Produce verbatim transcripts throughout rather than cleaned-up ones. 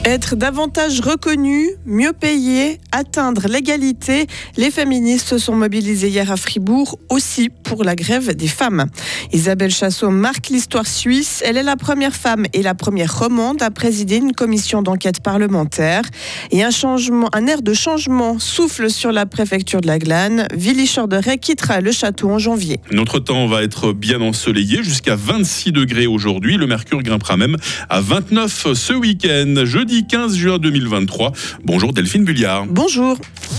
Être davantage reconnu, mieux payé, atteindre l'égalité, les féministes se sont mobilisées hier à Fribourg aussi pour la grève des femmes. Isabelle Chassot marque l'histoire suisse. Elle est la première femme et la première romande à présider une commission d'enquête parlementaire. Et un changement, un air de changement souffle sur la préfecture de la Glane. Willy Chorderet quittera le château en janvier. Notre temps va être bien ensoleillé, jusqu'à vingt-six degrés aujourd'hui. Le mercure grimpera même à vingt-neuf ce week-end, jeudi quinze juin deux mille vingt-trois. Bonjour Delphine Bulliard. Bonjour.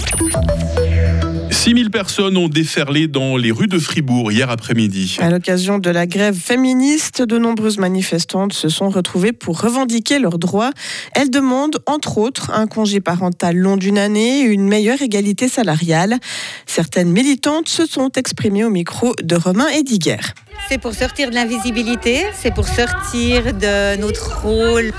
six mille personnes ont déferlé dans les rues de Fribourg hier après-midi. À l'occasion de la grève féministe, de nombreuses manifestantes se sont retrouvées pour revendiquer leurs droits. Elles demandent, entre autres, un congé parental long d'une année et une meilleure égalité salariale. Certaines militantes se sont exprimées au micro de Romain Ediger. C'est pour sortir de l'invisibilité, c'est pour sortir de notre rôle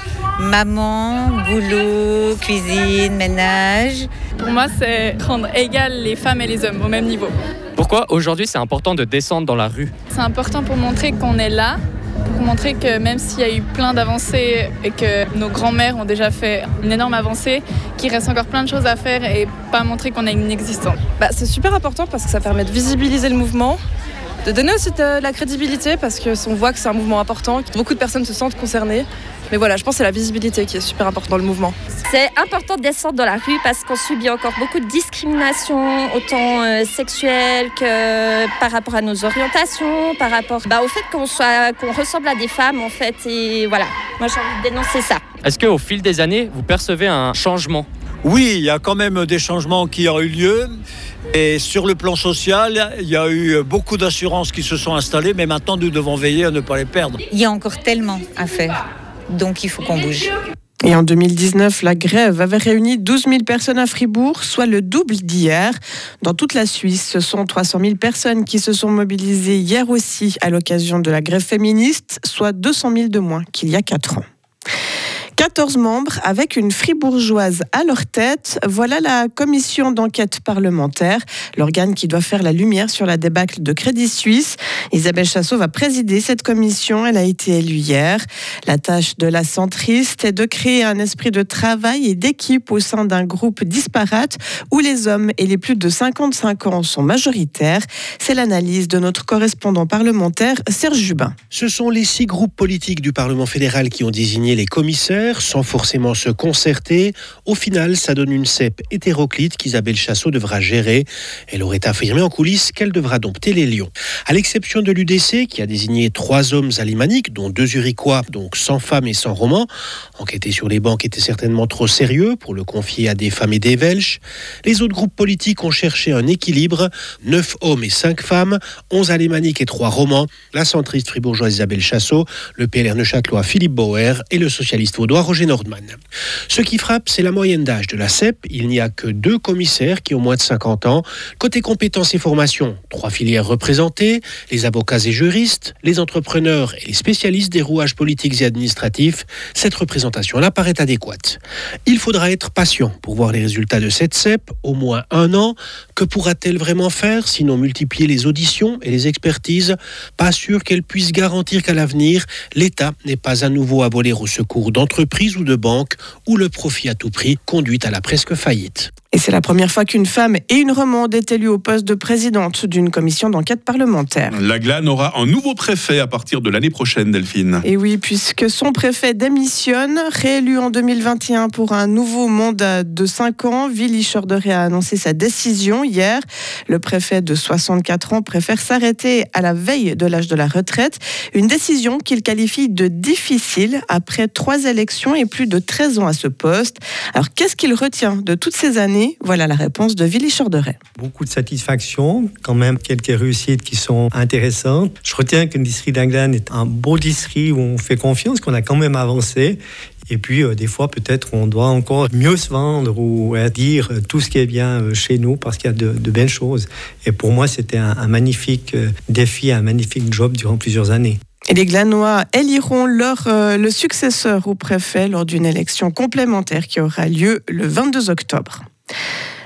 maman, boulot, cuisine, ménage. Pour moi, c'est rendre égal les femmes et les hommes au même niveau. Pourquoi aujourd'hui c'est important de descendre dans la rue ? C'est important pour montrer qu'on est là, pour montrer que même s'il y a eu plein d'avancées et que nos grands-mères ont déjà fait une énorme avancée, qu'il reste encore plein de choses à faire et pas montrer qu'on est inexistant. Bah, c'est super important parce que ça permet de visibiliser le mouvement, de donner aussi de la crédibilité parce qu'on voit que c'est un mouvement important, que beaucoup de personnes se sentent concernées. Mais voilà, je pense que c'est la visibilité qui est super importante dans le mouvement. C'est important de descendre dans la rue parce qu'on subit encore beaucoup de discrimination, autant euh, sexuelle que par rapport à nos orientations, par rapport bah, au fait qu'on, soit, qu'on ressemble à des femmes en fait. Et voilà, moi j'ai envie de dénoncer ça. Est-ce qu'au fil des années, vous percevez un changement ? Oui, il y a quand même des changements qui ont eu lieu. Et sur le plan social, il y a eu beaucoup d'assurances qui se sont installées, mais maintenant nous devons veiller à ne pas les perdre. Il y a encore tellement à faire, donc il faut qu'on bouge. Et en deux mille dix-neuf, la grève avait réuni douze mille personnes à Fribourg, soit le double d'hier. Dans toute la Suisse, ce sont trois cent mille personnes qui se sont mobilisées hier aussi à l'occasion de la grève féministe, soit deux cent mille de moins qu'il y a quatre ans. quatorze membres avec une fribourgeoise à leur tête. Voilà la commission d'enquête parlementaire, l'organe qui doit faire la lumière sur la débâcle de Crédit Suisse. Isabelle Chassot va présider cette commission. Elle a été élue hier. La tâche de la centriste est de créer un esprit de travail et d'équipe au sein d'un groupe disparate où les hommes et les plus de cinquante-cinq ans sont majoritaires. C'est l'analyse de notre correspondant parlementaire, Serge Jubin. Ce sont les six groupes politiques du Parlement fédéral qui ont désigné les commissaires, sans forcément se concerter. Au final, ça donne une C E P hétéroclite qu'Isabelle Chassot devra gérer. Elle aurait affirmé en coulisses qu'elle devra dompter les lions. À l'exception de l'U D C, qui a désigné trois hommes alémaniques, dont deux Uriquois, donc sans femmes et sans romans. Enquêter sur les banques était certainement trop sérieux pour le confier à des femmes et des Welsh. Les autres groupes politiques ont cherché un équilibre. neuf hommes et cinq femmes, onze alémaniques et trois romans. La centriste fribourgeoise Isabelle Chassot, le P L R neuchâtelois Philippe Bauer et le socialiste vaudois Roger Nordman. Ce qui frappe, c'est la moyenne d'âge de la C E P. Il n'y a que deux commissaires qui ont moins de cinquante ans. Côté compétences et formations, trois filières représentées, les avocats et juristes, les entrepreneurs et les spécialistes des rouages politiques et administratifs. Cette représentation-là paraît adéquate. Il faudra être patient pour voir les résultats de cette C E P, au moins un an. Que pourra-t-elle vraiment faire, sinon multiplier les auditions et les expertises ? Pas sûr qu'elle puisse garantir qu'à l'avenir, l'État n'est pas à nouveau à voler au secours d'entreprises ou de banques où le profit à tout prix conduit à la presque faillite. Et c'est la première fois qu'une femme et une romande est élue au poste de présidente d'une commission d'enquête parlementaire. La Glane aura un nouveau préfet à partir de l'année prochaine, Delphine. Et oui, puisque son préfet démissionne, réélu en deux mille vingt et un pour un nouveau mandat de cinq ans, Willy Chorderet a annoncé sa décision hier. Le préfet de soixante-quatre ans préfère s'arrêter à la veille de l'âge de la retraite. Une décision qu'il qualifie de difficile après trois élections et plus de treize ans à ce poste. Alors qu'est-ce qu'il retient de toutes ces années ? Voilà la réponse de Willy Chorderet. Beaucoup de satisfaction, quand même quelques réussites qui sont intéressantes. Je retiens que le district d'Anglane est un beau district où on fait confiance, qu'on a quand même avancé. Et puis, euh, des fois, peut-être, on doit encore mieux se vendre ou euh, dire tout ce qui est bien euh, chez nous parce qu'il y a de, de belles choses. Et pour moi, c'était un, un magnifique euh, défi, un magnifique job durant plusieurs années. Et les Glanois éliront leur, euh, le successeur au préfet lors d'une élection complémentaire qui aura lieu le vingt-deux octobre.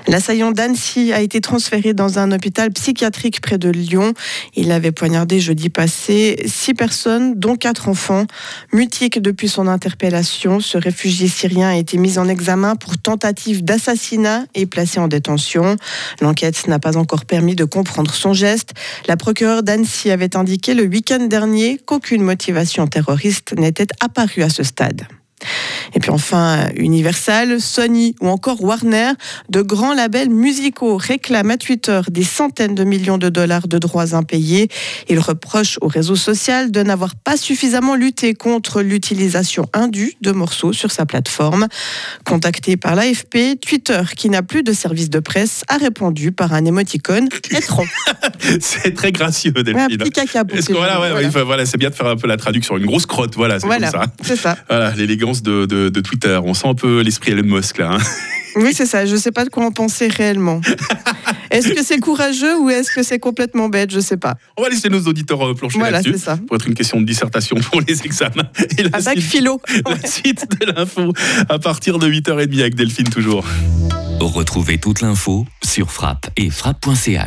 L'assaillant d'Annecy a été transféré dans un hôpital psychiatrique près de Lyon. Il avait poignardé jeudi passé six personnes, dont quatre enfants. Mutique depuis son interpellation, ce réfugié syrien a été mis en examen pour tentative d'assassinat et placé en détention. L'enquête n'a pas encore permis de comprendre son geste. La procureure d'Annecy avait indiqué le week-end dernier qu'aucune motivation terroriste n'était apparue à ce stade. Et puis enfin, Universal, Sony ou encore Warner, de grands labels musicaux réclament à Twitter des centaines de millions de dollars de droits impayés. Ils reprochent au réseau social de n'avoir pas suffisamment lutté contre l'utilisation indue de morceaux sur sa plateforme. Contacté par l'A F P, Twitter, qui n'a plus de service de presse, a répondu par un émoticône étrange. C'est très gracieux, Delphine. Un petit caca pour Est-ce que, voilà, ouais, voilà. voilà, c'est bien de faire un peu la traduction. Une grosse crotte, voilà, c'est voilà, comme ça. C'est ça. Voilà, l'élégance de, de, de Twitter. On sent un peu l'esprit Elon Musk, là. Hein. Oui, c'est ça. Je ne sais pas de quoi en penser réellement. Est-ce que c'est courageux ou est-ce que c'est complètement bête? Je ne sais pas. On va laisser nos auditeurs plancher voilà, là-dessus. C'est ça. Pour être une question de dissertation pour les examens. Et la Un bac suite, philo. La suite de l'info à partir de huit heures trente avec Delphine toujours. Retrouvez toute l'info sur Frappe et frappe point c h.